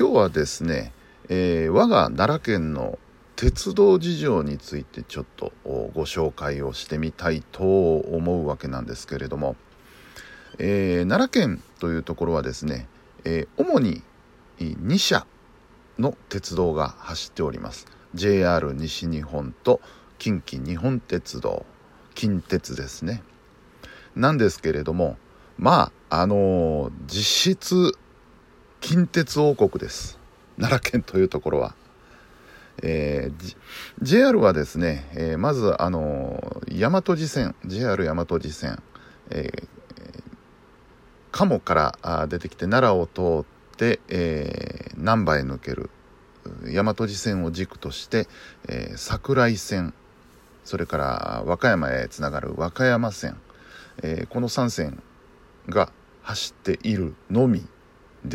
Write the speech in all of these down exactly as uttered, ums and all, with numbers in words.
今日はですね、えー、我が奈良県の鉄道事情についてちょっとご紹介をしてみたいと思うわけなんですけれども、えー、奈良県というところはですね、えー、主にに社の鉄道が走っております。 ジェイアール 西日本と近畿日本鉄道、近鉄ですね。なんですけれども、まああのー、実質近鉄王国です、奈良県というところは。えー、ジェイアール はですね、えー、まずあのー、大和路線 ジェイアール 大和路線、えー、鴨からあ出てきて奈良を通って、えー、難波へ抜ける大和路線を軸として、えー、桜井線、それから和歌山へつながる和歌山線、えー、このさん線が走っているのみです。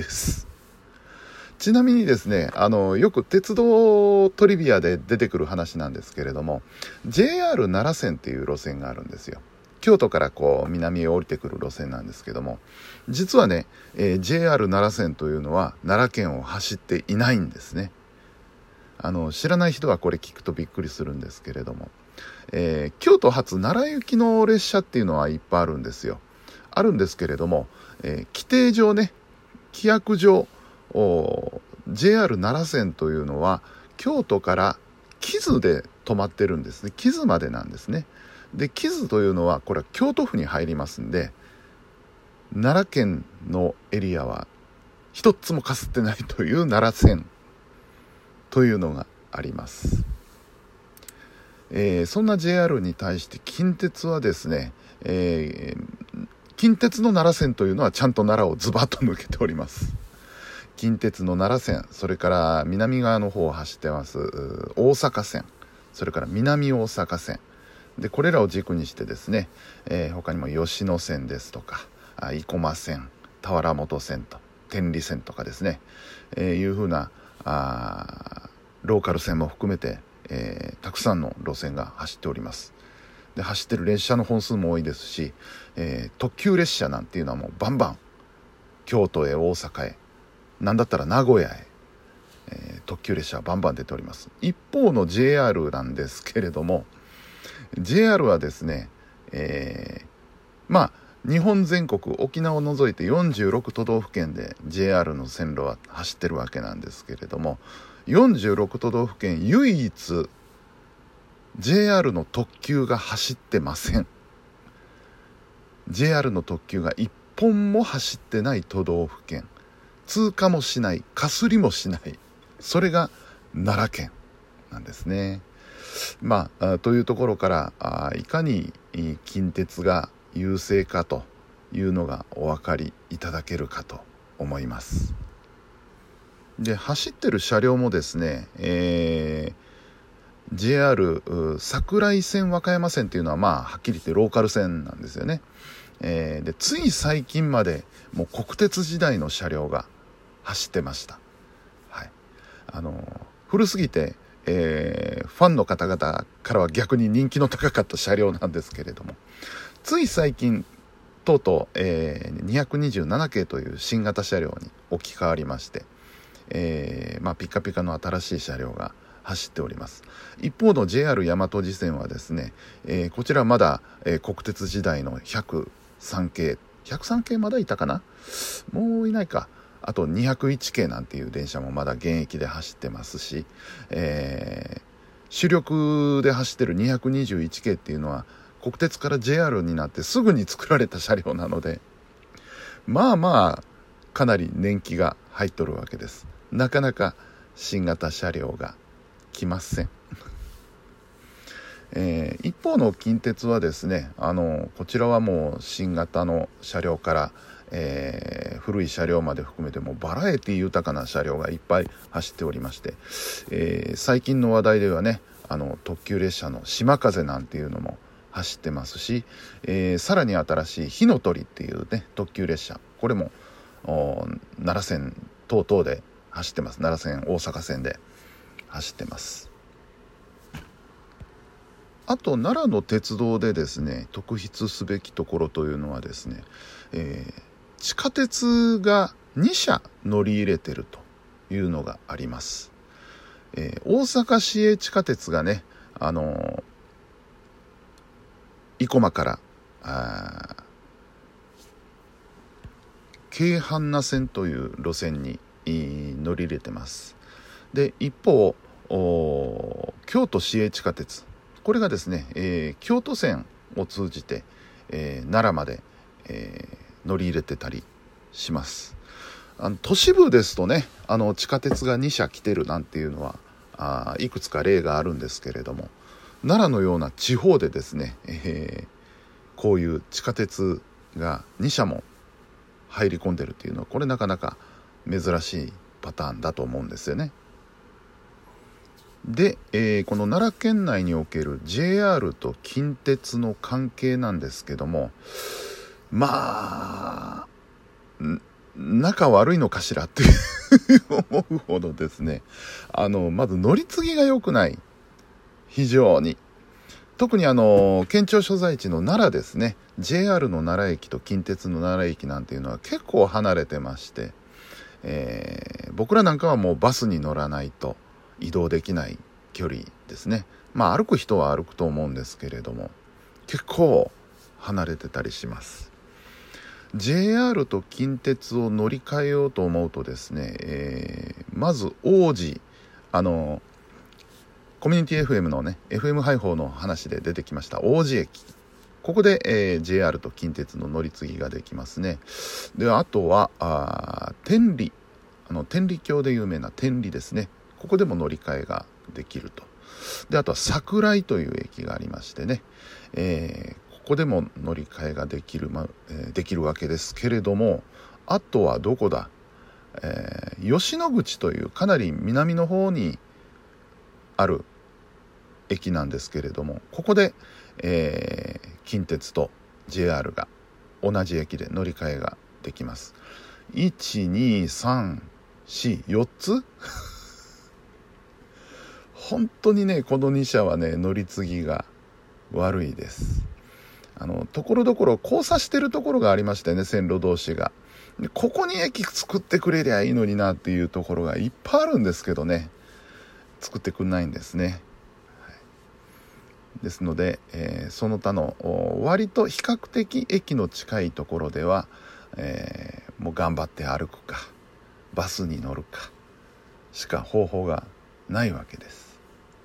ちなみにですね、あのよく鉄道トリビアで出てくる話なんですけれども、 ジェイアール 奈良線っていう路線があるんですよ。京都からこう南へ降りてくる路線なんですけども、実はね、えー、ジェイアール 奈良線というのは奈良県を走っていないんですね。あの知らない人はこれ聞くとびっくりするんですけれども、えー、京都発奈良行きの列車っていうのはいっぱいあるんですよ。あるんですけれども、えー、規定上ね、規約上ジェイアール 奈良線というのは京都から木津で止まってるんですね。木津までなんですね。で木津というのはこれは京都府に入りますんで、奈良県のエリアは一つもかすってないという奈良線というのがあります。えー、そんな ジェイアール に対して近鉄はですね、えー、近鉄の奈良線というのはちゃんと奈良をズバッと抜けております。近鉄の奈良線、それから南側の方を走ってます大阪線、それから南大阪線で、これらを軸にしてですね、えー、他にも吉野線ですとか生駒線、田原本線と天理線とかですね、えー、いう風なあローカル線も含めて、えー、たくさんの路線が走っております。で走ってる列車の本数も多いですし、えー、特急列車なんていうのはもうバンバン京都へ大阪へ、なんだったら名古屋へ、えー、特急列車はバンバン出ております。一方の ジェイアール なんですけれども、 ジェイアール はですね、えー、まあ日本全国沖縄を除いてよんじゅうろく都道府県で ジェイアール の線路は走ってるわけなんですけれども、よんじゅうろく都道府県唯一 ジェイアール の特急が走ってません。 ジェイアール の特急が一本も走ってない都道府県、通過もしない、かすりもしない、それが奈良県なんですね。まあというところからあいかに近鉄が優勢かというのがお分かりいただけるかと思います。で走ってる車両もですね、えー、ジェイアール 桜井線和歌山線っていうのはまあはっきり言ってローカル線なんですよね。えー、でつい最近までもう国鉄時代の車両が走ってました。はい、あの古すぎて、えー、ファンの方々からは逆に人気の高かった車両なんですけれども、つい最近とうとう、えー、にひゃくにじゅうなな系という新型車両に置き換わりまして、えーまあ、ピカピカの新しい車両が走っております。一方の ジェイアール 大和路線はですね、えー、こちらまだ、えー、国鉄時代のひゃくさん系、ひゃくさん系まだいたかな、もういないか、あとにひゃくいち系なんていう電車もまだ現役で走ってますし、えー、主力で走ってるにひゃくにじゅういち系っていうのは国鉄から ジェイアール になってすぐに作られた車両なので、まあまあかなり年季が入っとるわけです。なかなか新型車両が来ません。えー、一方の近鉄はですね、あのこちらはもう新型の車両から、えー、古い車両まで含めてもバラエティ豊かな車両がいっぱい走っておりまして、えー、最近の話題ではね、あの特急列車の島風なんていうのも走ってますし、えー、さらに新しい火の鳥っていうね特急列車、これも奈良線等々で走ってます。奈良線大阪線で走ってます。あと奈良の鉄道でですね特筆すべきところというのはですね、えー、地下鉄がに社乗り入れてるというのがあります。えー、大阪市営地下鉄がね、あのー、生駒からあ京阪那線という路線に乗り入れてます。で一方京都市営地下鉄、これがですね、えー、京都線を通じて、えー、奈良まで、えー、乗り入れてたりします。あの都市部ですとね、あの地下鉄がにしゃ来てるなんていうのはあいくつか例があるんですけれども、奈良のような地方でですね、えー、こういう地下鉄がにしゃも入り込んでるっていうのは、これなかなか珍しいパターンだと思うんですよね。で、えー、この奈良県内における ジェイアール と近鉄の関係なんですけども、まあ仲悪いのかしらって思うほどですね、あのまず乗り継ぎが良くない。非常に特にあの県庁所在地の奈良ですね、 ジェイアール の奈良駅と近鉄の奈良駅なんていうのは結構離れてまして、えー、僕らなんかはもうバスに乗らないと移動できない距離ですね。まあ歩く人は歩くと思うんですけれども、結構離れてたりします。 ジェイアール と近鉄を乗り換えようと思うとですね、えー、まず王子、あのコミュニティ エフエム のね エフエム 配報の話で出てきました王子駅、ここで、えー、ジェイアール と近鉄の乗り継ぎができますね。であとはあ天理、あの天理教で有名な天理ですね、ここでも乗り換えができると。であとは桜井という駅がありましてね、えー、ここでも乗り換えができる、まえー、できるわけですけれども、あとはどこだ、えー、吉野口というかなり南の方にある駅なんですけれども、ここで、えー、近鉄と ジェイアール が同じ駅で乗り換えができます。いち、に、さん、よん、よっつ本当にね、このにしゃはね乗り継ぎが悪いです。あのところどころ交差してるところがありましてね、線路同士が。でここに駅作ってくれりゃいいのになっていうところがいっぱいあるんですけどね、作ってくんないんですね。ですので、えー、その他の割と比較的駅の近いところでは、えー、もう頑張って歩くかバスに乗るかしか方法がないわけです。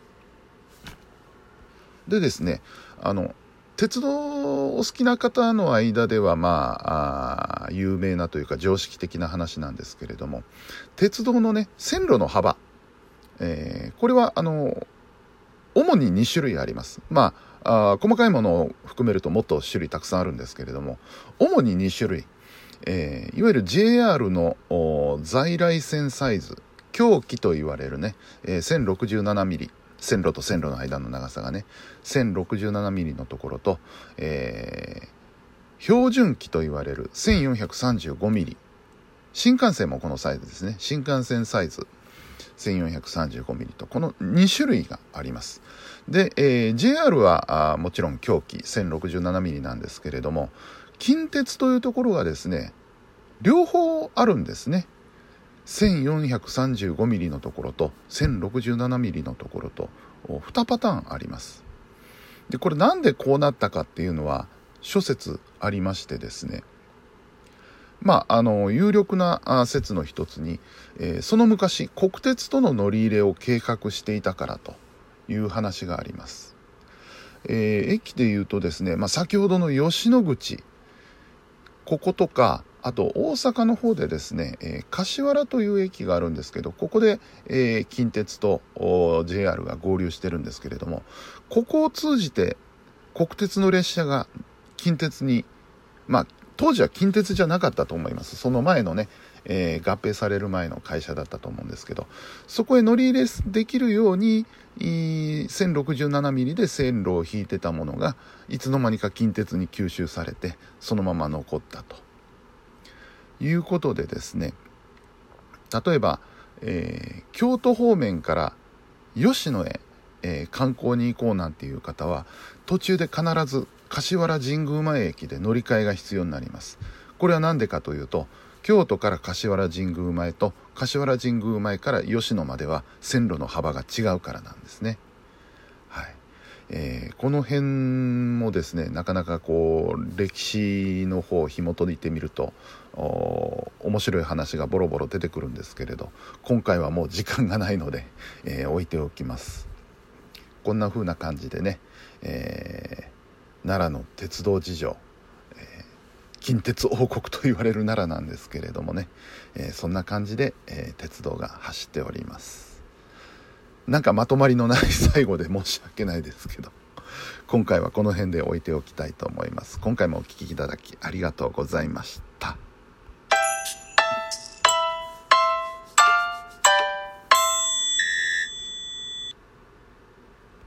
でですね、あの鉄道お好きな方の間ではまあ、あ有名なというか常識的な話なんですけれども、鉄道のね線路の幅、えー、これはあの主ににしゅるいあります。まあ、あ細かいものを含めるともっと種類たくさんあるんですけれども、主ににしゅるい、えー、いわゆる ジェイアール の在来線サイズ、狭軌と言われるね、えー、せんろくじゅうななミリ、線路と線路の間の長さがねせんろくじゅうななミリのところと、えー、標準軌と言われるせんよんひゃくさんじゅうごミリ、新幹線もこのサイズですね、新幹線サイズせんよんひゃくさんじゅうごミリと、このにしゅるいがあります。で、えー、ジェイアール はあもちろん狭軌 せんろくじゅうななミリ なんですけれども、近鉄というところがですね両方あるんですね。せんよんひゃくさんじゅうごミリ のところと せんろくじゅうななミリ のところとにパターンあります。でこれなんでこうなったかっていうのは諸説ありましてですね、まあ、あの有力な説の一つに、えー、その昔国鉄との乗り入れを計画していたからという話があります。えー、駅でいうとですね、まあ、先ほどの吉野口、こことかあと大阪の方でですね、えー、柏原という駅があるんですけど、ここで、えー、近鉄と ジェイアール が合流してるんですけれども、ここを通じて国鉄の列車が近鉄に、まあ当時は近鉄じゃなかったと思います。その前のね、えー、合併される前の会社だったと思うんですけど、そこへ乗り入れできるようにせんろくじゅうななミリで線路を引いてたものがいつの間にか近鉄に吸収されてそのまま残ったということでですね、例えば、えー、京都方面から吉野へ、えー、観光に行こうなんていう方は途中で必ず柏原神宮前駅で乗り換えが必要になります。これは何でかというと、 京都から柏原神宮前と柏原神宮前から吉野までは線路の幅が違うからなんですね。はい。えー、この辺もですね、なかなかこう歴史の方を紐解いてみると面白い話がボロボロ出てくるんですけれど、今回はもう時間がないので、えー、置いておきます。こんな風な感じでね、えー、奈良の鉄道事情、えー、近鉄王国と言われる奈良なんですけれどもね、えー、そんな感じで、えー、鉄道が走っております。なんかまとまりのない最後で申し訳ないですけど、今回はこの辺で置いておきたいと思います。今回もお聞きいただきありがとうございました。